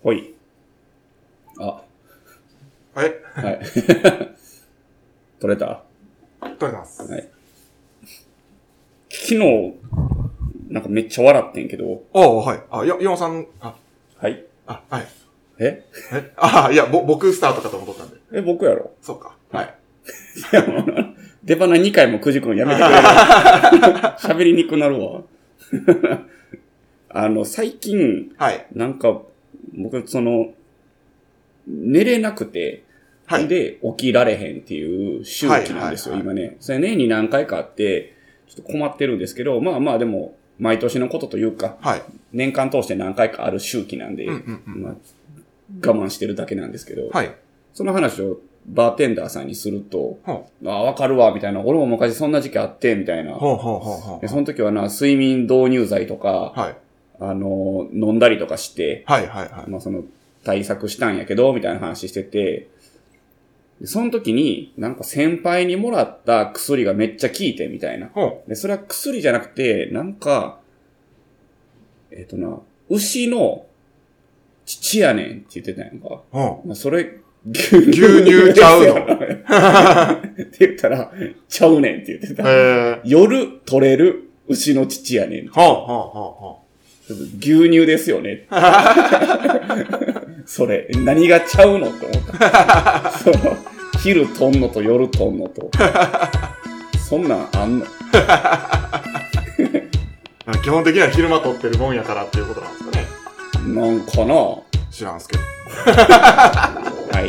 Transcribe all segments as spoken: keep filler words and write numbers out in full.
ほい。あ。 えはい。取れた？ 取れます。 はい。昨日、なんかめっちゃ笑ってんけど。 ああ、はい。あ、や、山さん、あ。 はい。 あ、はい。 ええああ、いや、ぼ、僕スタートかと思っとったんで。 え、僕やろ？ そうか。はい。 いや、もう、出花にかいもくじくんやめてくれる。喋りにくくなるわ。あの、最近、 はい。 なんか、僕、その、寝れなくて、はい、で、起きられへんっていう周期なんですよ、はいはいはい、今ね。それ年に何回かあって、ちょっと困ってるんですけど、まあまあでも、毎年のことというか、はい、年間通して何回かある周期なんで、うんうんうん、まあ、我慢してるだけなんですけど、はい、その話をバーテンダーさんにすると、はあ、あ、わかるわ、みたいな。俺も昔そんな時期あって、みたいな。はあはあはあ、その時はな、睡眠導入剤とか、はい、あの、飲んだりとかして、はいはいはい、まあその、対策したんやけど、みたいな話してて、その時に、なんか先輩にもらった薬がめっちゃ効いて、みたいな。で、それは薬じゃなくて、なんか、えっとな、牛の乳やねんって言ってたやんか。まあ、それ、牛乳。 牛乳ちゃうのって言ったら、ちゃうねんって言ってた。夜取れる牛の乳やねん。はあはあはあ牛乳ですよね。それ、何がちゃうのって思った。その、昼とんのと夜とんのと。そんなんあんの基本的には昼間撮ってるもんやからっていうことなんですかね。 なんかな知らんすけど。 はい。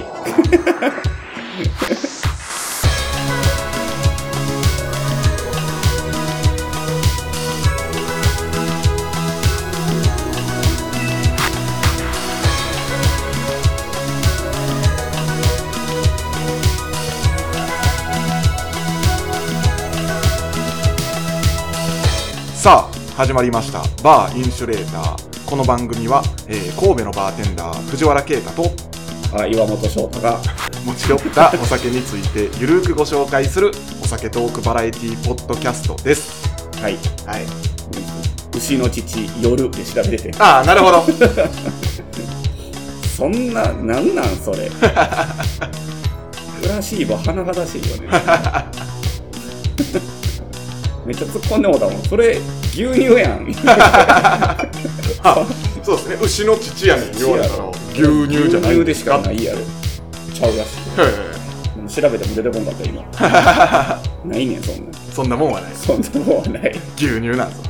さあ始まりましたバーインシュレーター。この番組は、えー、神戸のバーテンダー藤原啓太とあ岩本翔太が持ち寄ったお酒についてゆるくご紹介するお酒トークバラエティポッドキャストです。 はいはい。牛の乳夜で調べてて。 ああなるほど。 そんななんなんそれ。プラシーボ甚だしいよね。めっちゃ突っ込んでもだもん。それ牛乳やん。 あ、そうですね。牛の乳やねん言われたら牛乳じゃない。 牛乳でしかないやろ。ちゃうらしい。でも調べても出てこんかった今。ないねんそんな。 そんなもんはない。 そんなもんはない。 牛乳なんぞ。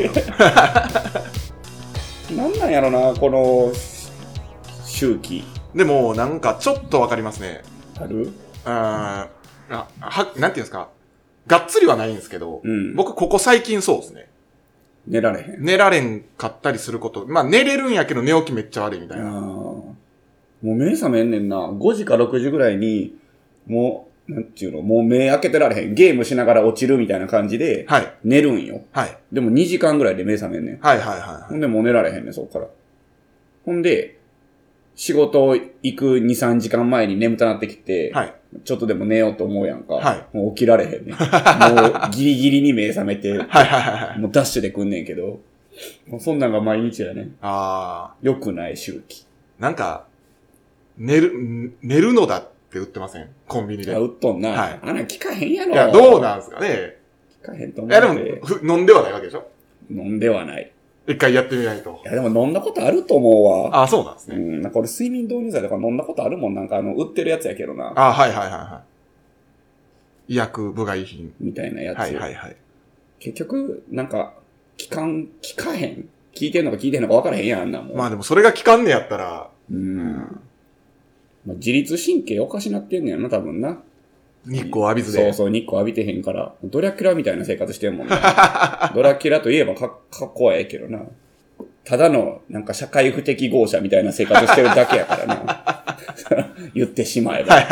なんなんやろなこの周期。 でもなんかちょっとわかりますね。 ある？ ああはなんていうんですか。がっつりはないんですけど、うん、僕ここ最近そうですね。 寝られへん。 寝られんかったりすること。まあ寝れるんやけど寝起きめっちゃ悪いみたいな。 もう目覚めんねんな。ごじかろくじぐらいに、もう、なんていうの、もう目開けてられへん。ゲームしながら落ちるみたいな感じで、はい。寝るんよ。はい。でもにじかんぐらいで目覚めんねん。 はいはいはい、はい。 ほんでもう寝られへんねん、そっから。ほんで、仕事行くに、さんじかんまえに眠たなってきて、はい。ちょっとでも寝ようと思うやんか。はい。もう起きられへんねん。もうギリギリに目覚めて、はいはいはい。もうダッシュで来んねんけど、もうそんなんが毎日やね。ああ。良くない周期。 なんか、寝る、寝るのだって売ってません？コンビニで。 あ、売っとんな。はい。あんなん聞かへんやろ。 いや、どうなんすかね。 聞かへんと思う。 いや、でも、ふ飲んではないわけでしょ？ 飲んではない。 一回やってみないと。 いや、でも飲んだことあると思うわ。 あ、そうなんですね。 うん。なんか俺睡眠導入剤とか飲んだことあるもん。なんかあの、売ってるやつやけどな。 あ、はいはいはいはい。医薬部外品。 みたいなやつ。 はいはいはい。 結局、なんか、聞かん、聞かへん。聞いてんのか聞いてんのか分からへんやん、あんなもん。 まあでもそれが聞かんねやったら。 うん。うんまあ、自律神経おかしなってんねやな、多分な。 日光浴びずで。 そうそう、日光浴びてへんから。ドラキュラみたいな生活してんもんな。ドラキュラといえばか、かっこはええけどな。ただの、なんか社会不適合者みたいな生活してるだけやからな。言ってしまえば。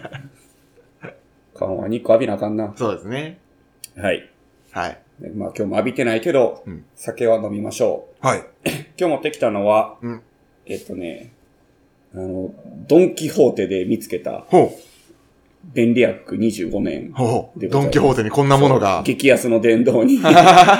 かんは日光浴びなあかんな。 そうですね。 はい。 はい。 まあ今日も浴びてないけど、うん、酒は飲みましょう。はい。 今日持ってきたのは、うん、えっとね、あの、ドンキホーテで見つけた、ほう。便利薬にじゅうごねん。 ほう。ドンキホーテにこんなものが。 激安の殿堂に。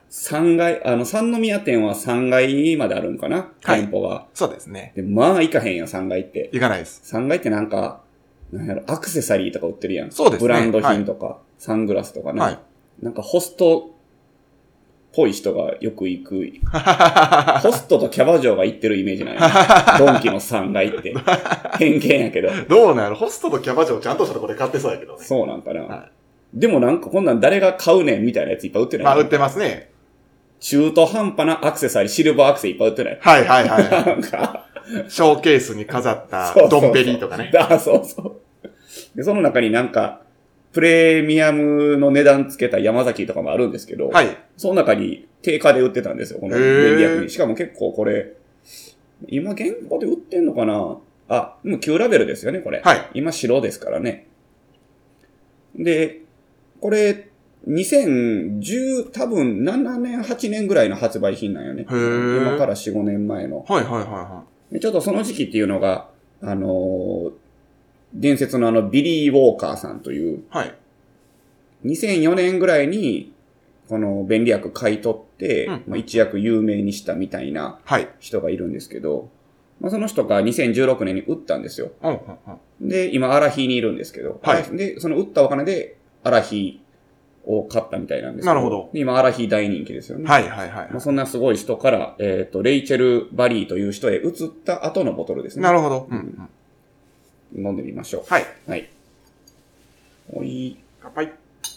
さんがい、あの、三宮店はさんがいまであるんかな、はい、店舗が。 そうですね。 で、まあ、行かへんやん、さんがいって。 行かないです。 さんがいってなんか、なんやろ、アクセサリーとか売ってるやん。 そうですね。 ブランド品とか、はい、サングラスとかね。はい。なんかホストっぽい人がよく行く。ホストとキャバ嬢が行ってるイメージない、ね、ドンキのさんがいって。偏見やけど。 どうなるホストとキャバ嬢ちゃんとしたところで買ってそうやけどね。 そうなんかな。はい、でもなんかこんなん誰が買うねんみたいなやついっぱい売ってない。 まあ売ってますね。 中途半端なアクセサリー、シルバーアクセいっぱい売ってない。 はいはいはい、はい。なんか、ショーケースに飾ったドンベリーとかね。 あ、そうそう。で、その中になんか、プレミアムの値段つけた山崎とかもあるんですけど、はい。その中に定価で売ってたんですよ、この便利薬に。しかも結構これ、今現行で売ってんのかなあ、もう旧ラベルですよね、これ。はい。今白ですからね。で、これ、にせんじゅう、多分ななねん、はちねんぐらいの発売品なんよね。今からよん、ごねんまえの。 はいはいはいはい。 でちょっとその時期っていうのが、あのー、伝説のあのビリー・ウォーカーさんという、はい。にせんよねんぐらいに、この便利薬買い取って、うん、まあ、一躍有名にしたみたいな人がいるんですけど、はい、まあ、その人がにせんじゅうろくねんに売ったんですよ。うんうんうん、で、今、アラヒにいるんですけど、はい。で、その売ったお金で、アラヒを買ったみたいなんですけど。 なるほど。 今、アラヒ大人気ですよね。 はいはいはい。 まあ、そんなすごい人から、えっと、レイチェル・バリーという人へ移った後のボトルですね。 なるほど。うんうん、飲んでみましょう。 はい。 はい。おい。 乾杯。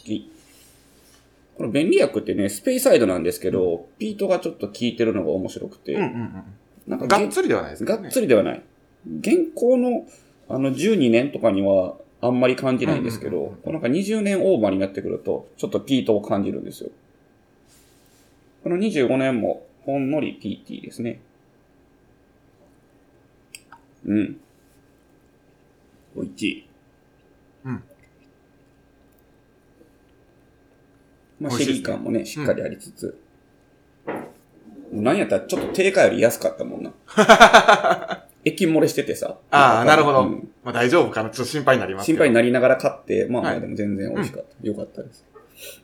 この便利薬ってね、スペイサイドなんですけど、うん、ピートがちょっと効いてるのが面白くて。うんうんうん。 なんかがっつりではないですか、 ね。がっつりではない。現行の、あの、じゅうにねんとかには、あんまり感じないんですけど、うんうんうん、なんかにじゅうねんオーバーになってくると、ちょっとピートを感じるんですよ。このにじゅうごねんも、ほんのりピーティーですね。うん。おいしい。うん。まあ、シェリー感もね、しっかりありつつ。うん、なんやったらちょっと定価より安かったもんな。液漏れしててさ。 ああ、なるほど。うん、まあ大丈夫かなちょっと心配になりますけど。 心配になりながら買って、まあまあでも全然美味しかった。はい、よかったです。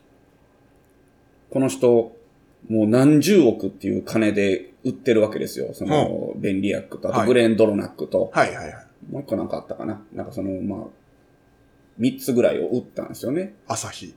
この人、もう何十億っていう金で売ってるわけですよ。その、便利薬と、あとブレンドロナックと。 はいはいはい。 もう一個なんかあったかな。なんかその、まあ、三つぐらいを売ったんですよね。 朝日。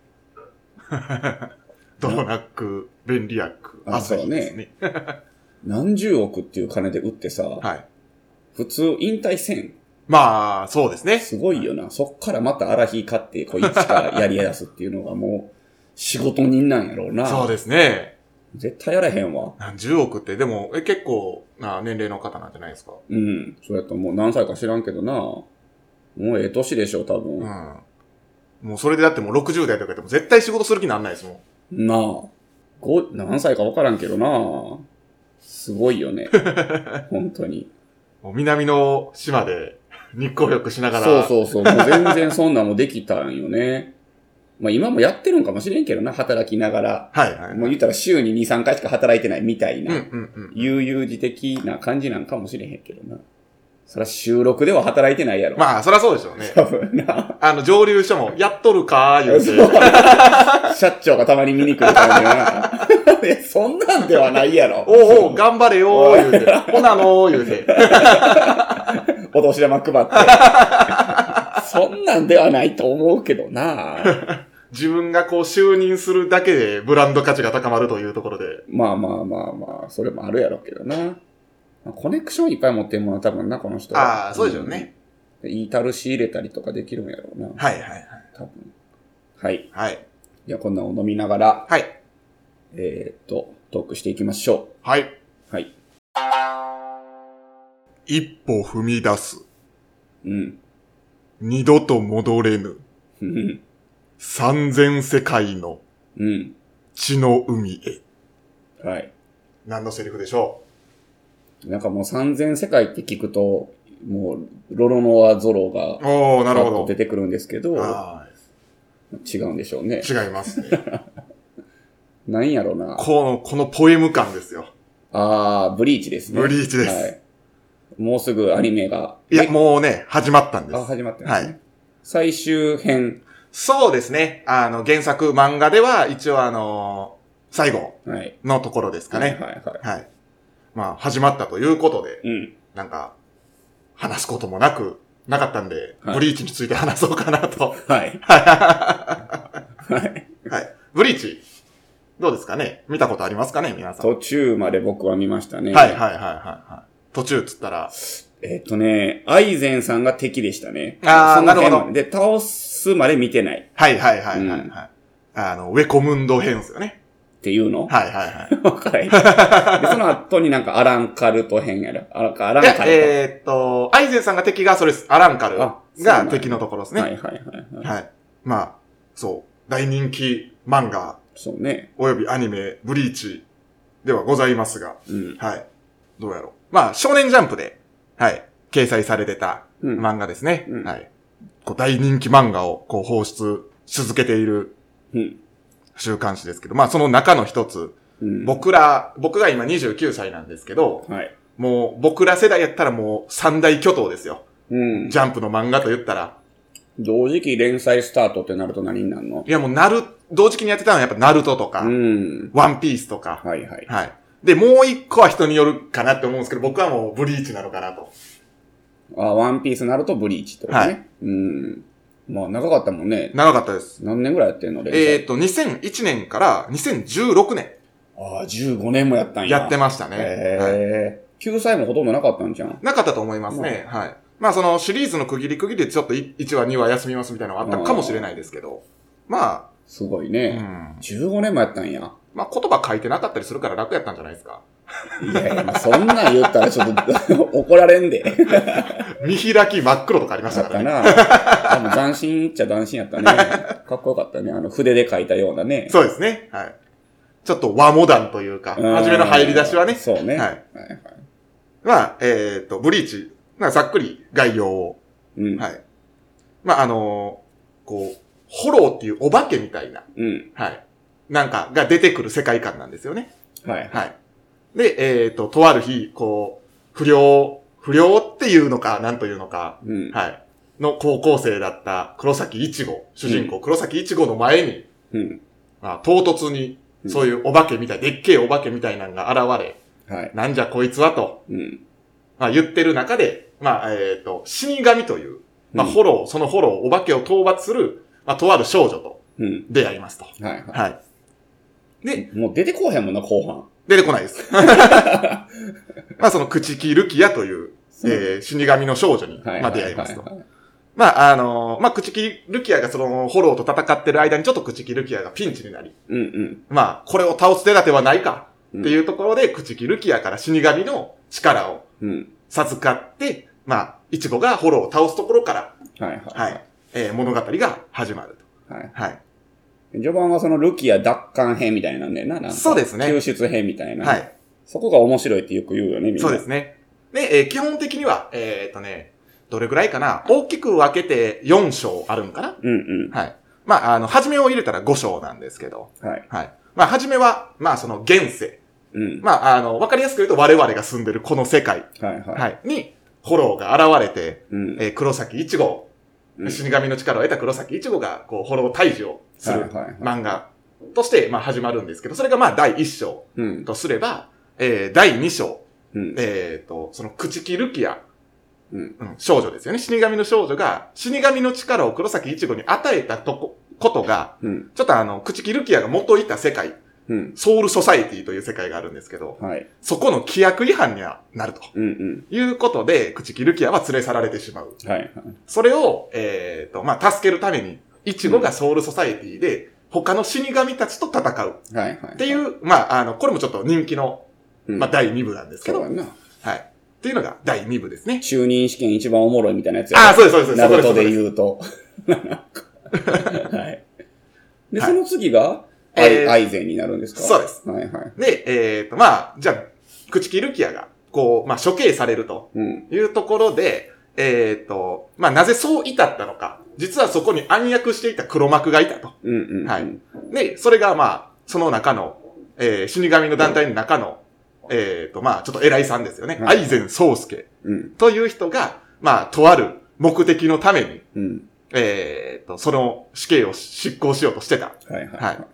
ドロナック、便利薬、朝日ですね。 何十億っていう金で売ってさ、はい、普通引退せん。 まあ、そうですね。 すごいよな。そっからまたアラヒ買って、こう、一からやりやすっていうのがもう、仕事人なんやろうな。 そうですね。 絶対やらへんわ。 何十億って、でも、え、結構な年齢の方なんじゃないですか。 うん。そうやったらもう何歳か知らんけどな。もうええ年でしょ、多分。うん。 もうそれでだってもうろくじゅう代とかでも絶対仕事する気なんないですもん。なあ。ご、何歳か分からんけどな。すごいよね。本当に。 もう南の島で日光浴しながら。 そうそうそう。もう全然そんなんもできたんよね。まあ今もやってるんかもしれんけどな、働きながら。はいはい、はい。もう言ったら週にに、さんかいしか働いてないみたいな。うんうんうん。悠々自適な感じなんかもしれへんけどな。そら収録では働いてないやろ。 まあ、そらそうでしょうね。多分な。あの、上流所も、やっとるかー言うて。 社長がたまに見に来る感じな。そんなんではないやろ。 おうおう、頑張れよー言うて。ほなのー言うて。 お年玉配って。そんなんではないと思うけどな。 自分がこう就任するだけでブランド価値が高まるというところで。 まあまあまあまあ、それもあるやろうけどな。コネクションいっぱい持ってるものは多分な、この人は。 ああ、そうでしょうね。 いいたる仕入れたりとかできるんやろうな。 はいはいはい。 多分。はい。 はい。 じゃあこんなのを飲みながら。 はい。 えーっと、トークしていきましょう。 はい。 はい。 一歩踏み出す。 うん。 二度と戻れぬ。 うん。 三千世界の。 うん。 血の海へ。 はい。 何のセリフでしょう？なんかもう三千世界って聞くと、もう、ロロノアゾロが、 おー、なるほど。 出てくるんですけど、違うんでしょうね。 違いますね。 なんやろな。 この、このポエム感ですよ。 あー、ブリーチですね。 ブリーチです。はい。 もうすぐアニメが。 いや、もうね、始まったんです。 あ、始まったんですね。 はい。 最終編。 そうですね。あの、原作漫画では、一応あの、 最後のところですかね。 はいはいはい。 はい。まあ、始まったということで、 うん。 なんか、話すこともなく、なかったんで、 はい、 ブリーチについて話そうかなと。 はい。 はい。はい。ブリーチ、どうですかね？見たことありますかね皆さん。 途中まで僕は見ましたね。 はいはいはいはい。途中っつったら。 えっとね、アイゼンさんが敵でしたね。 ああ、なるほど。 で、倒すまで見てない。 はいはいはいはい、はいうん。あの、ウェコムンド編ですよね。 っていうのはいはいはい。 はい。で、その後になんかアランカルト編やる。アランカルト。 えー、っと、アイゼンさんが敵がそれです。アランカルが敵のところですね。 はいはいはい、はい。 はい。まあ、そう。大人気漫画。 そうね。 およびアニメ、ブリーチではございますが。 うん。 はい。どうやろう。まあ、少年ジャンプで、はい。掲載されてた漫画ですね。 うん、 はい。こう大人気漫画をこう放出し続けている。 うん。 週刊誌ですけど、まあその中の一つ、うん、僕ら、僕が今にじゅうきゅうさいなんですけど、 はい、 もう僕ら世代やったらもう三大巨頭ですよ。 うん、 ジャンプの漫画と言ったら。 同時期連載スタートってなると何になるの？ いやもうなる、同時期にやってたのはやっぱナルトとか、 うん、 ワンピースとか。 はいはい。 はい。で、もう一個は人によるかなって思うんですけど、僕はもうブリーチなのかなと。 あ、ワンピースなるとブリーチってことね。はい。うん。まあ長かったもんね。 長かったです。 何年ぐらいやってんの？ えっと、にせんいちねんからにせんじゅうろくねん。ああ、じゅうごねんもやったんや。 やってましたね。 へえ。救済もほとんどなかったんじゃん。 なかったと思いますね。はい。まあそのシリーズの区切り区切りでちょっといちわにわ休みますみたいなのがあったかもしれないですけど。まあ。 すごいね。うん。じゅうごねんもやったんや。 まあ言葉書いてなかったりするから楽やったんじゃないですか。 いやいや、そんなん言ったらちょっと怒られんで。 見開き真っ黒とかありましたからね。 あったな。斬新っちゃ斬新やったね。かっこよかったね。あの筆で書いたようなね。 そうですね。はい。ちょっと和モダンというか、初めの入り出しはね。 そうね。 はい。はいはい、まあ、えっ、ー、と、ブリーチ、まあ、ざっくり概要を。 うん。 はい。まあ、あのー、こう、ホローっていうお化けみたいな。 うん。 はい。なんかが出てくる世界観なんですよね。 はい。 はい。で、えっ、ー、と、とある日、こう、不良、不良っていうのか、なんというのか、 うん、 はい。の高校生だった黒崎一護、主人公、うん、黒崎一護の前に、 うん、 まあ、唐突に、そういうお化けみたい、でっけえお化けみたいなのが現れ、 はい。 なんじゃこいつはと、 うん、 まあ言ってる中で、まあ、えっ、ー、と、死神という、まあ、フォロー、そのフォロー、お化けを討伐する、まあ、とある少女と出会いますと。 うん、はい、はい。 はい。 で、もう出てこうへんもんな、後半。 出てこないです。まあその朽木ルキアという、えー、死神の少女に、まあ出会いますと。まああのー、まあ朽木ルキアがそのフォローと戦ってる間にちょっと朽木ルキアがピンチになり、 うんうん、 まあこれを倒す手立てはないかっていうところで朽木ルキアから死神の力を授かって、まあイチゴがフォローを倒すところから、 はいはい、 はい、えー、物語が始まると。 はい。 はい。 序盤はそのルキア奪還編みたいなんだよな。なんかそうですね。 救出編みたいな。 はい。 そこが面白いってよく言うよね、みんな。 そうですね。で、えー、基本的には、えー、っとね、どれぐらいかな。大きく分けてよん章あるんかな。 うんうん。 はい。まあ、あの、初めを入れたらご章なんですけど。 はい。 はい。まあ、初めは、まあ、その現世。 うん。 まあ、あの、わかりやすく言うと我々が住んでるこの世界。 はいはい。 はい。に、フォローが現れて、 うん、 えー、黒崎一護、うん、死神の力を得た黒崎一護が、こう、フォロー退治をする漫画として、まあ、始まるんですけど、それがまあ、だいいっ章とすれば、うん、えー、だいに章、うん、えっ、ー、と、その、朽木ルキア、うん、うん、少女ですよね。死神の少女が、死神の力を黒崎一護に与えたとこ、ことが、うん、ちょっとあの、朽木ルキアが元いた世界、うん、ソウルソサイティという世界があるんですけど、 はい、 そこの規約違反にはなると。 うんうん、 いうことで、朽木ルキアは連れ去られてしまう。 はいはい、 それを、えっ、ー、と、まあ、助けるために、イチゴがソウルソサイティで、他の死神たちと戦う。 はいはい。 っていう、まあ、あの、これもちょっと人気の、まあ、だいに部なんですけど。 そうだな。 はい。っていうのがだいに部ですね。 中任試験一番おもろいみたいなやつや。 ああ、そうです、そうです。 ナルトで言うと。はい。で、その次が、アイ、アイゼンになるんですか？ そうです。 はいはい。 で、えっと、まあ、じゃあ、朽木ルキアが、こう、まあ、処刑されるというところで、うん、えっと、まあ、なぜそう至ったのか。実はそこに暗躍していた黒幕がいたと。 うんうんうん、 はい。で、それがまあ、その中の、えー、死神の団体の中の、えっと、まあ、ちょっと偉いさんですよね。アイゼン宗介という人が、まあ、とある目的のために、 うん、 えっと、その死刑を執行しようとしてた。 はいはい。 はい。っ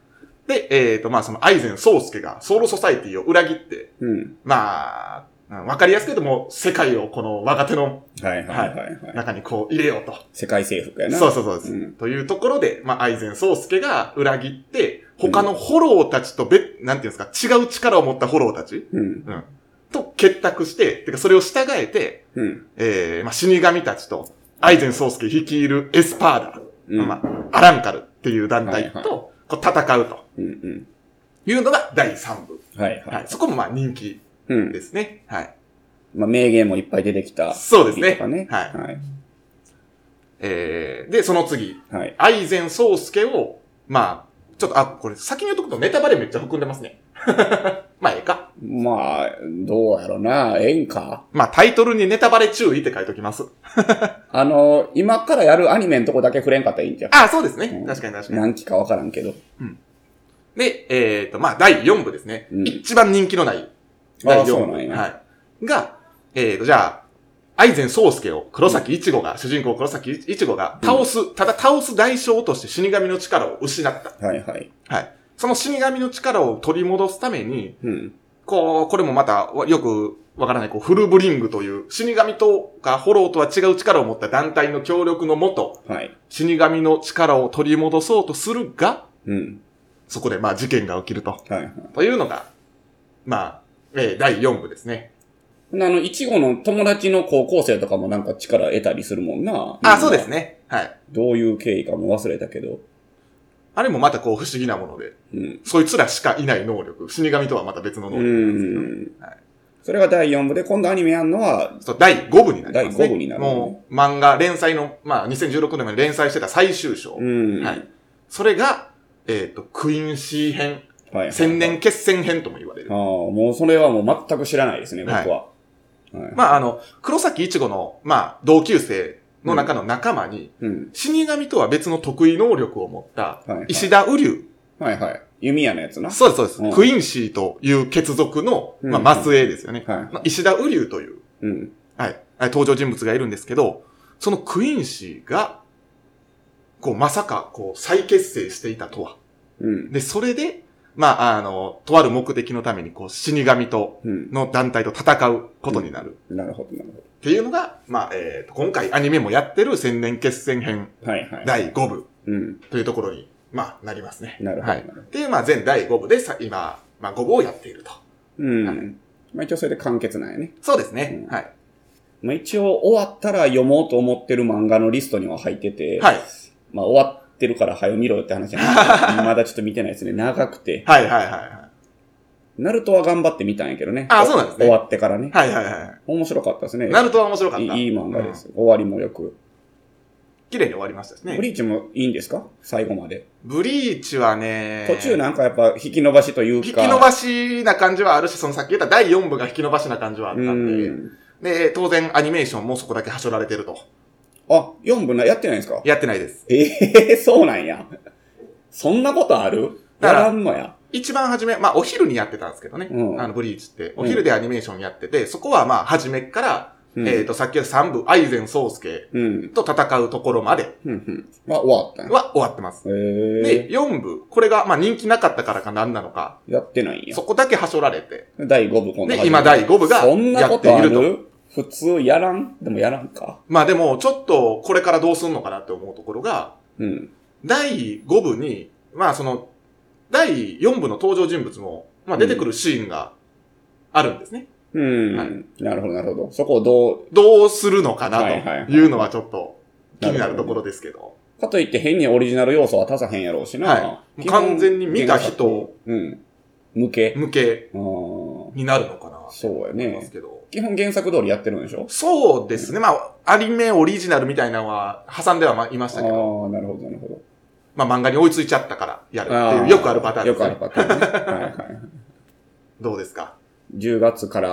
で、えっ、ー、と、まあ、その、愛禅宗介がソウルソサイティを裏切って、うん、まあ、わかりやすく言うともう、世界をこの若手の、はいはいはい、はい、中にこう入れようと。 世界征服やな。 そうそうそうです、うん。というところで、まあ、愛禅宗介が裏切って、他のフォローたちと別、うん、なんていうんですか、違う力を持ったフォローたち、うんうん、と結託して、てかそれを従えて、うん、えー、まあ、死神たちと、愛禅宗介率いるエスパーダ、うん、まあ、アランカルっていう団体と、はいはい、こう戦うと。うんうんいうのがだいさんぶ。はいはい。はい、そこもまあ人気ですね。うん、はい。 まあ名言もいっぱい出てきた、 ね。そうですね。 はい。はい。 えー、で、その次。はい。愛禅宗介を、まあ、ちょっと、あ、これ先に言うとくとネタバレめっちゃ含んでますね。まあ、ええか。 まあ、どうやろな。ええんか。 まあ、タイトルにネタバレ注意って書いときます。 あの、今からやるアニメのとこだけ触れんかったらいいんじゃん。 ああ、そうですね。うん、確かに確かに。 何期かわからんけど。うん。 で、えっ、ー、と、まあ、だいよんぶですね。うん、一番人気のないだいよんぶ。はい。が、えっ、ー、と、じゃあ、愛禅宗介を黒崎一護が、うん、主人公黒崎一護が倒す、うん、ただ倒す代償として死神の力を失った。はいはい。はい。その死神の力を取り戻すために、うん、こう、これもまた、よくわからない、こう、フルブリングという、死神とかフォローとは違う力を持った団体の協力のもと、はい。死神の力を取り戻そうとするが、うん。そこで、まあ、事件が起きると。はいはい。というのが、まあ、えー、だいよんぶですね。 あの、いちごの友達の高校生とかもなんか力得たりするもんな。 あ、そうですね。はい。 どういう経緯かも忘れたけど。 あれもまたこう不思議なもので。うん。そいつらしかいない能力。死神とはまた別の能力なんですけど。うん。はい。 それがだいよんぶで、今度アニメやるのは、 そう、だいごぶになりますね。 だいごぶになる、ね。 もう、漫画連載の、まあ、にせんじゅうろくねんまで連載してた最終章。うん。はい。それが、えっ、ー、と、クインシー編。はいはいはい、千年決戦編とも言われる。 ああ、もうそれはもう全く知らないですね、僕は。はいはい、まあ、あの、黒崎一護の、まあ、同級生の中の仲間に、うん、死神とは別の得意能力を持った、石田雨竜。 はいはい。弓矢のやつな。 そうです、そうです。うん、クインシーという血族の、まあ、末裔ですよね。うんはい、石田雨竜という、うん、はい、登場人物がいるんですけど、そのクインシーが、こう、まさか、こう、再結成していたとは。うん、で、それで、まあ、あの、とある目的のために、こう、死神と、の団体と戦うことになる。 うん、なるほど、なるほど。 っていうのが、まあ、えっ、ー、と、今回アニメもやってる千年決戦編、はいはい、だいごぶ、うん、というところに、まあ、なりますね。 なるほど。はい。 っていう、まあ、全だいごぶでさ、今、まあ、ごぶをやっていると。 うん。はい、まあ、一応それで完結なんやね。 そうですね。うん、はい。 まあ、一応終わったら読もうと思ってる漫画のリストには入ってて、はい。まあ、終わってるから早よ見ろよって話じゃないまだちょっと見てないですね。長くて。 はいはいはいはい。 ナルトは頑張って見たんやけどね。 ああ、そうなんですね。 終わってからね。 はいはいはい。 面白かったですね。 ナルトは面白かった。いい、いい漫画です、うん。終わりもよく。 綺麗に終わりましたですね。 ブリーチもいいんですか最後まで。 ブリーチはね、 途中なんかやっぱ引き伸ばしというか。 引き伸ばしな感じはあるし、そのさっき言っただいよんぶが引き伸ばしな感じはあったんで、んで、当然アニメーションもそこだけはしょられてると。 あ、よんぶな、やってないんですかやってないです。 ええー、そうなんや。そんなことあるやらんのや。 一番初め、まあお昼にやってたんですけどね。うん、あのブリーチって。お昼でアニメーションやってて、うん、そこはまあ初めから、うん、えっ、ー、と、さっきのさんぶ、愛禅宗介と戦うところまで。 うんうん、は終わったんは終わってます。 へで、よんぶ、これがまあ人気なかったからか何なのか。 やってないんや。 そこだけはしょられて。 だいごぶ今度で、今だいごぶがやっていると。そんなことある？ 普通やらんでもやらんか。 まあでも、ちょっとこれからどうすんのかなって思うところが、うん、だいごぶに、まあその、だいよんぶの登場人物も、まあ出てくるシーンがあるんですね。 うん。はい、なるほど、なるほど。そこをどう、 どうするのかなというのはちょっと気になるところですけど。どかといって変にオリジナル要素は足さへんやろうしな。 はい、完全に見た人、 うん。向け。 向けになるのかな。 そうやね。基本原作通りやってるんでしょ？ そうですね。まあ、アニメオリジナルみたいなのは挟んではいましたけど。 ああ、なるほど、なるほど。 まあ漫画に追いついちゃったからやるっていうよくあるパターンですね。 よくあるパターンね。はいはい。 どうですか？ じゅうがつから、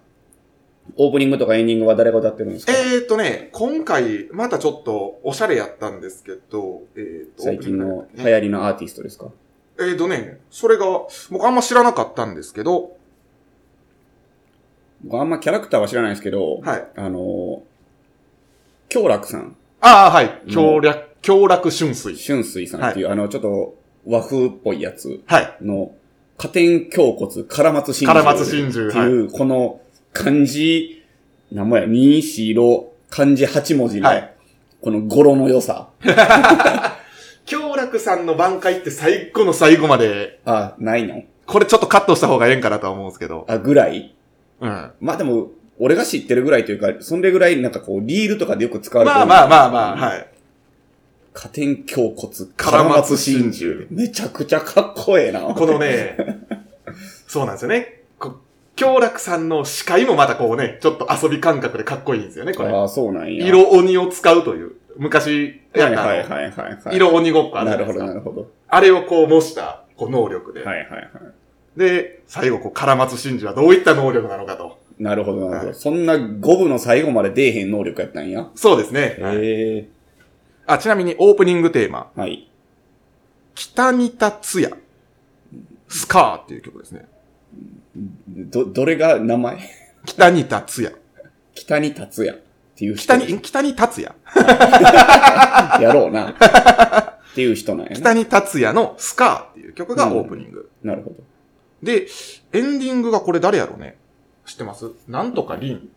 オープニングとかエンディングは誰が歌ってるんですか？ えーっとね、今回またちょっとおしゃれやったんですけど、えー、と最近の流行りのアーティストですか？ えーっとね、それが僕あんま知らなかったんですけど、 僕あんまキャラクターは知らないですけど、はい。あの、京楽さん。 ああ、はい。京楽、京楽春水。 春水さんっていう、はい、あの、ちょっと、 和風っぽいやつの、 はい。 加点胸骨、唐松真珠。 唐松真珠。 っていう、はい、この漢字、なんもや、に、し、ろ、漢字はち文字の、はい、この語呂の良さ。 京楽さんの挽回って最後の最後まで。 あ、ないの？ これちょっとカットした方がええんかなとは思うんですけど。 あ、ぐらい？ うん。 まあでも、俺が知ってるぐらいというか、そんでぐらいなんかこう、リールとかでよく使われてる。まあまあまあまあ、はい。 加点胸骨、唐松真珠。めちゃくちゃかっこええな。 このね、そうなんですよね。京楽さんの司会もまたこうね、ちょっと遊び感覚でかっこいいんですよね、これ。 ああ、そうなんや。 色鬼を使うという。昔やった、 はいはいはいはい、はい。 色鬼ごっこあるじゃないですか。 なるほどなるほど。 あれをこう模した、こう能力で。 はいはいはい。 で、最後こう、唐松真珠はどういった能力なのかと。 なるほどなるほど。はい、そんな五部の最後まで出えへん能力やったんや。 そうですね。 へえ。 あ、ちなみにオープニングテーマ。 はい。 北に立つや、スカーっていう曲ですね。 ど、どれが名前？ 北に立つや。 北に立つや。っていう人。北に、北に立つや。 やろうな。っていう人なんやな。 北に立つやのスカーっていう曲がオープニング。 うん、なるほど。 で、エンディングがこれ誰やろうね。知ってます？なんとかリン。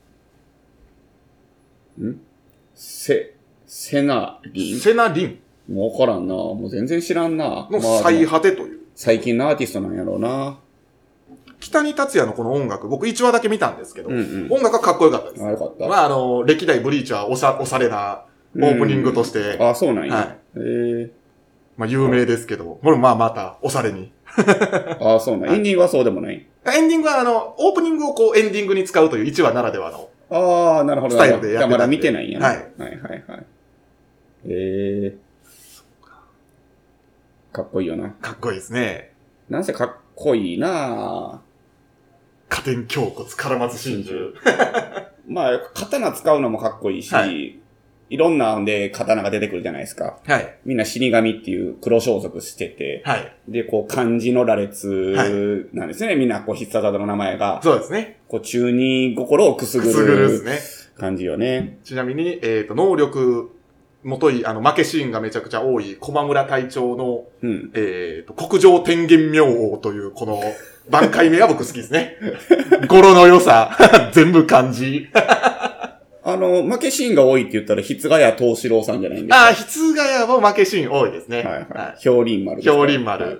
んせ、セナリンセナリン。 もうわからんな。もう全然知らんな。 の最果てという。 最近のアーティストなんやろうな。 北に達也のこの音楽、僕いちわだけ見たんですけど、 うんうん、 音楽はかっこよかったです。 あ、よかった。 まああの、歴代ブリーチはおさ、おされなオープニングとして。 うん、あ、そうなんや。 はい。 へー。 まあ有名ですけど、これまあまたおされに。 あ、そうなん。エンディングはそうでもない。 エンディングはあの、オープニングをこうエンディングに使うといういちわならではの。 ああ、なるほど。 スタイルでやってたんで。 まだ見てないんやな。 はい。 はいはいはい。えー。かっこいいよな。 かっこいいですね。 なんせかっこいいなぁ。 加点胸骨、唐松真珠。 まあ、刀使うのもかっこいいし、はい、いろんなんで刀が出てくるじゃないですか。 はい。 みんな死神っていう黒装束してて、 はい。 で、こう漢字の羅列なんですね。はい、みんなこう必殺技の名前が。 そうですね。 こう中に心をくすぐる。くすぐるですね。感じよね。 ちなみに、えっと、能力、もとい、あの、負けシーンがめちゃくちゃ多い、駒村隊長の、うん、えっと、国上天元明王という、この、挽回名は僕好きですね。語呂の良さ、全部漢字。 あの、負けシーンが多いって言ったら、筆ヶ谷東四郎さんじゃないんですか？ ああ、筆ヶ谷も負けシーン多いですね。 はいはい。はい、氷林丸です。 氷林丸。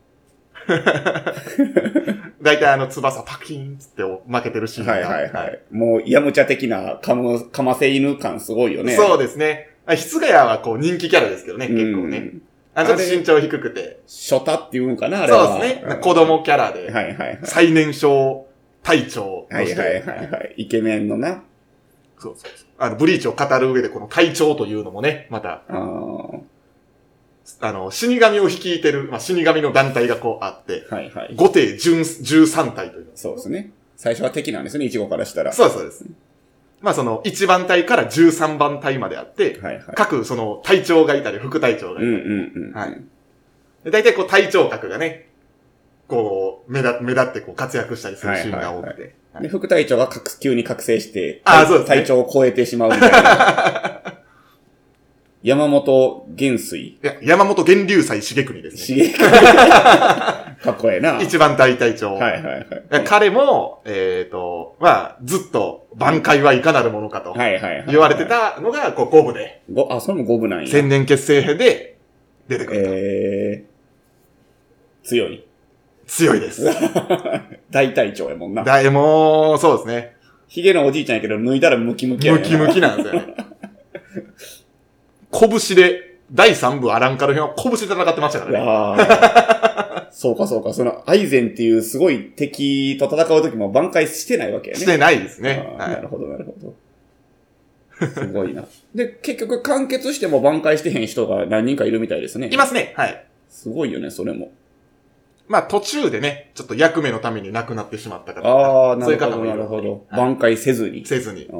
だいたいあの、翼パキーンつって負けてるシーンが。 はいはいはい。もう、やむちゃ的な、かむ、かませ犬感すごいよね。 そうですね。筆ヶ谷はこう人気キャラですけどね、結構ね。うんあ、ちょっと身長低くて。 初太っていうのかなあれは。 そうですね。子供キャラで。 はいはいはい。 最年少隊長として。はいはいはいはい。イケメンのな。 そうそうそう。あの、ブリーチを語る上でこの隊長というのもね、また。 ああの、死神を率いてる、まあ、死神の団体がこうあって。 はいはい。 五艇じゅうさん隊という。 そうですね。最初は敵なんですね、イチゴからしたら。 そうですそうです。まあそのいちばん隊からじゅうさんばん隊まであって、はいはい、各その隊長がいたり副隊長がいたり。うんうんうん、はい。で大体こう隊長格がね、こう目立目立ってこう活躍したりするシーンが多くて。はいはいはい、 で副隊長が急に覚醒して、 あそうですね、 隊長を超えてしまうみたいな。山本元帥。 いや、山本源流祭重国ですね。 重国。かっこええな。 一番隊隊長。 はいはいはい。 彼も、えっ、ー、と、まあ、ずっと挽回はいかなるものかと。はいはいはい。言われてたのが、こう、五部で。 ご、あ、それも五部なんや。 千年結成編で出てくると。 えー、強い。 強いです。 大隊長やもんな。 大、もう、そうですね。 髭のおじいちゃんやけど、脱いだらムキムキやねんな。 ムキムキなんですよね。拳で、だいさん部アランカル編は拳で戦ってましたからね。 あそうかそうか。その、アイゼンっていうすごい敵と戦う時も挽回してないわけやね。 してないですね。 はい、なるほどなるほど。すごいな。で、結局完結しても挽回してへん人が何人かいるみたいですね。 いますね。はい。 すごいよね、それも。 まあ途中でね、ちょっと役目のために亡くなってしまった方。 ああ、なるほど、なるほど。挽回せずに。 せずに。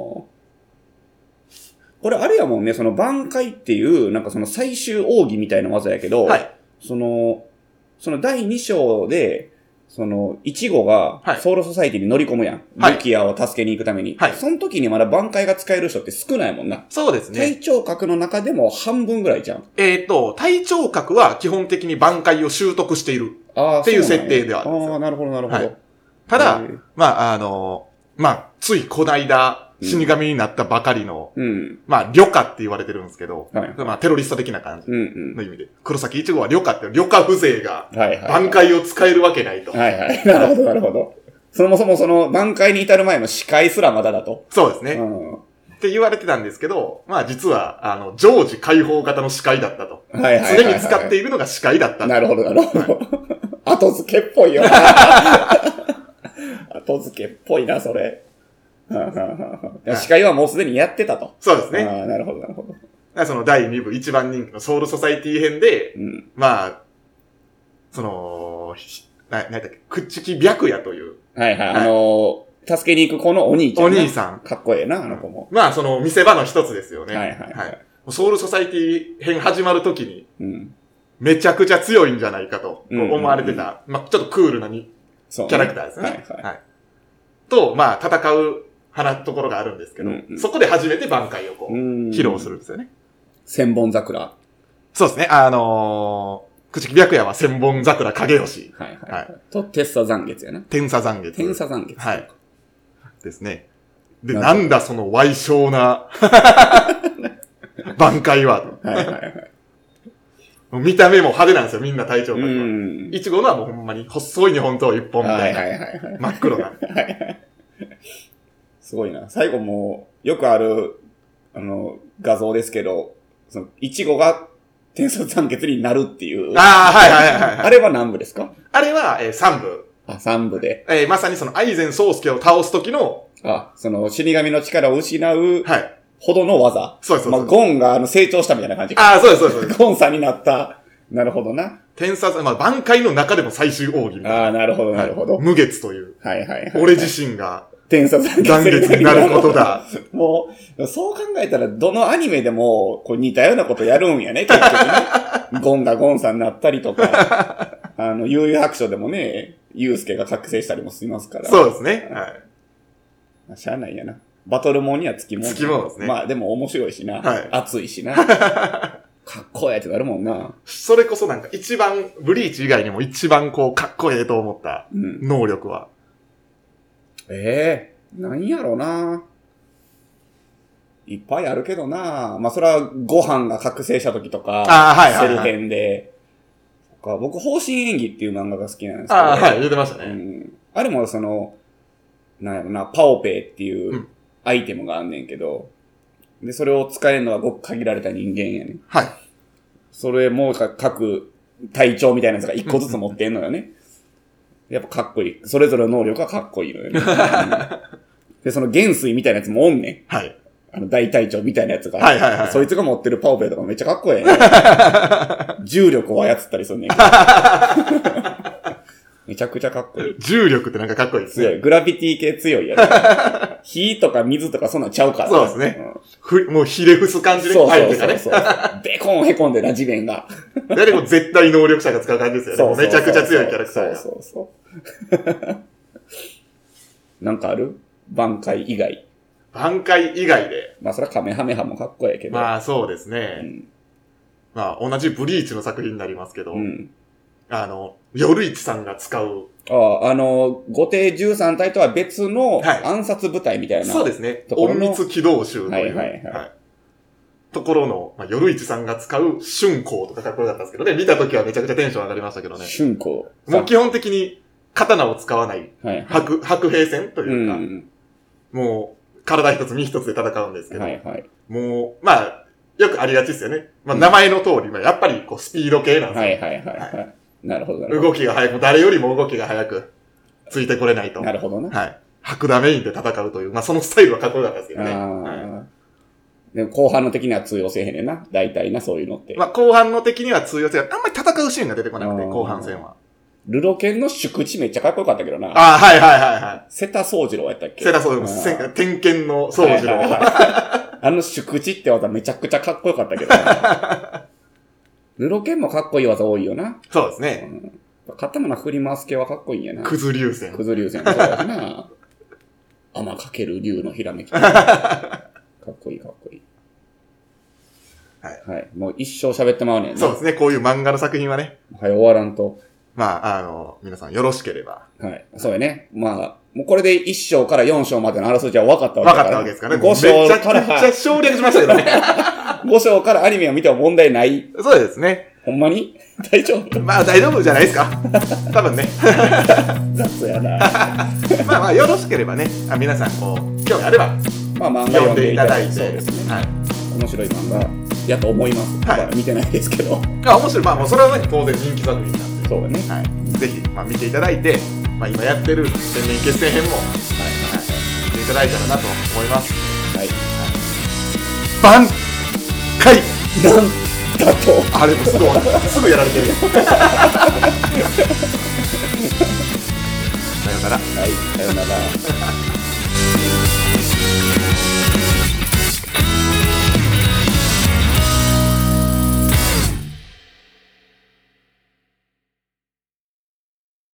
これあれやもんね、その挽回っていう、なんかその最終奥義みたいな技やけど、はい。その、そのだいに章で、 その、イチゴがソウルソサイティに乗り込むやん。はい、ルキアを助けに行くために。はい。その時にまだ挽回が使える人って少ないもんな。 そうですね。 隊長格の中でも半分ぐらいじゃん。 えっと、隊長格は基本的に挽回を習得している。っていう設定ではあるんですよ。 ああ、なるほど、なるほど。はい、 ただ、まあ、あの、まあ、ついこないだ、死神になったばかりの、うん、まあ、旅客って言われてるんですけど、はい、まあ、テロリスト的な感じの意味で。うんうん、黒崎一護は旅客って、旅客風情が、挽回を使えるわけないと。 はいはい。なるほど、なるほど。そもそもその、挽回に至る前の司会すらまだだと。 そうですね。うん、って言われてたんですけど、まあ実は、あの、常時解放型の司会だったと。はいはい。常に使っているのが司会だった。 なるほど、なるほど。はい、後付けっぽいよな。後付けっぽいな、それ。司会はもうすでにやってたと。 そうですね。 ああ、なるほど、なるほど。 そのだいに部一番人気のソウルソサイティ編で、うん、まあ、その、な、なんだっけ、くっちき白夜という。 はいはい。はい、あのー、助けに行く子のお兄ちゃん、 ね。お兄さん。 かっこええな、あの子も。 まあ、その見せ場の一つですよね。 はいはい、はい。はい。 ソウルソサイティ編始まるときに、うん、めちゃくちゃ強いんじゃないかと思われてた、うんうんうん、まあ、ちょっとクールなに、キャラクターですね。はいはい。はい。と、まあ、戦う、花ところがあるんですけど、うんうん、そこで初めて挽回をこう、披露するんですよね。 千本桜。 そうですね。あのー、口木白夜は千本桜影吉。 はいはい。はい、と、鉄砂残月やな。 天砂残月。 天砂残月。 はい。ですね。で、なんだその歪小な、挽回は。はいはいはい。見た目も派手なんですよ、みんな隊長が。いち号のはもうほんまに細い日本刀一本みたいな。はいはいはい、はい。真っ黒な。はいはい。 すごいな。最後も、よくある、あの、画像ですけど、その、いち号が天砂残月になるっていう。 ああ、はいはいはい、はい。 あれは何部ですか？ あれは、えー、さん部。 あ、さん部で。 えー、まさにその、愛禅宗介を倒す時の、 あ、その、死神の力を失う、はい。ほどの技。 そうです、そうです。 まあ、ゴンがあの、成長したみたいな感じ。 ああ、そうです、そうです。 ゴンさんになった。なるほどな。 天砂、まあ、挽回の中でも最終奥義みたいな。 ああ、なるほど、なるほど、 はい。無月という。 はいはいはい、はい。 俺自身が、 天砂残月になることだ。 もう、そう考えたら、どのアニメでも、こう似たようなことやるんやね、結局ね。ゴンがゴンさんになったりとか、あの、悠々白書でもね、ユウスケが覚醒したりもしますから。 そうですね。はい。 まあ、しゃあないやな。バトルモンにはつきもん。 つきもんですね。 まあ、でも面白いしな。はい。熱いしな。かっこええってなるもんな。 それこそなんか一番、ブリーチ以外にも一番こう、かっこええと思った能力は。 うん、ええー、なんやろな。いっぱいあるけどな。まあ、それはご飯が覚醒した時とか、 あはいはいはい、 セル編で。僕、方針演技っていう漫画が好きなんですけど。 あはい、言ってましたね。 うん。あれもその、なんやろな、パオペイっていうアイテムがあんねんけど、で、それを使えるのはごく限られた人間やねん。 はい。 それも各隊長みたいなやつが一個ずつ持ってんのよね。やっぱかっこいい。それぞれの能力がかっこいいのよね。で、その元帥みたいなやつもおんねん。はい。 あの、大隊長みたいなやつが。 はいはいはい。 そいつが持ってるパオペイとかめっちゃかっこええね。重力を操ったりすんねん。めちゃくちゃかっこいい。 重力ってなんかかっこいいですね。 強い。グラビティ系強いやろ。火とか水とかそんなんちゃうから、 ね。そうですね。うん、ふもうひれ伏す感じで。 そうそうそうそう、ね。ベコンへこんでな、地面が。 誰も絶対能力者が使う感じですよね。そうそうそうそうめちゃくちゃ強いキャラクターが。 そうそうそう。なんかある？挽回以外。 挽回以外で。 まあそれはカメハメハもかっこええけど。 まあそうですね。うん、まあ同じブリーチの作品になりますけど。うん、あの、夜市さんが使う。 ああ、あの、後手じゅうさん隊とは別の暗殺部隊みたいな、はい。 そうですね。隠密機動集という。はいはいはい。はい、ところの、まあ、夜市さんが使う春光とかかっこよかったんですけどね。見たときはめちゃくちゃテンション上がりましたけどね。 春光。 もう基本的に刀を使わない。はいはい、白、白兵戦というか。うん、もう、体一つ身一つで戦うんですけど。はいはい、もう、まあ、よくありがちですよね。まあ、名前の通り、まあ、やっぱりこうスピード系なんですよ。 はいはいはい、はい。なるほどなるほど。動きが早く、誰よりも動きが早く、ついてこれないと。 なるほどね。 はい。白田メインで戦うという、まあそのスタイルはかっこよかったですけどね。あはい、でも後半の敵には通用せえへんねんな。大体な、そういうのって。 まあ後半の敵には通用せえへん。あんまり戦うシーンが出てこなくて、後半戦は。 ルロケンの宿地めっちゃかっこよかったけどな。 ああ、はいはいはいはい。 瀬田宗次郎やったっけ？ 瀬田宗次郎。天剣の宗次郎。はいはいはい、 あの宿地って技めちゃくちゃかっこよかったけどな。ルロケンもかっこいい技多いよな。 そうですね。 刀の振り回す系はかっこいいんやな。 くず流線。 くず流線。そうやな。天かける竜のひらめき。かっこいいかっこいい。はい。はい。もう一生喋ってまうねんな。 そうですね。こういう漫画の作品はね。 はい、終わらんと。 まあ、あの、皆さんよろしければ。 はい。そうやね。まあ、もうこれでいっ章からよん章までの争いじゃ分かったわけだから。分かったわけですからね。 ご章から。 めちゃくちゃ省略しましたけどね。 ご章からアニメを見ても問題ない。 そうですね。 ほんまに大丈夫？ まあ大丈夫じゃないですか。多分ね。 雑やな。 まあまあよろしければね、あ皆さんこう、興味あれば、 まあ漫画読んでいただいて。そうですね。はい。面白い漫画やと思います。はい。見てないですけど。 あ、面白い。まあもうそれはね、当然人気作品なんで。 そうだね。 はい。ぜひ、まあ見ていただいて、まあ今やってる千年決戦編も、はい。はい。見ていただいたらなと思います。はい。はい。挽回なんだと。 あれもすぐ、すぐやられてる。さよなら。 はい。さよなら。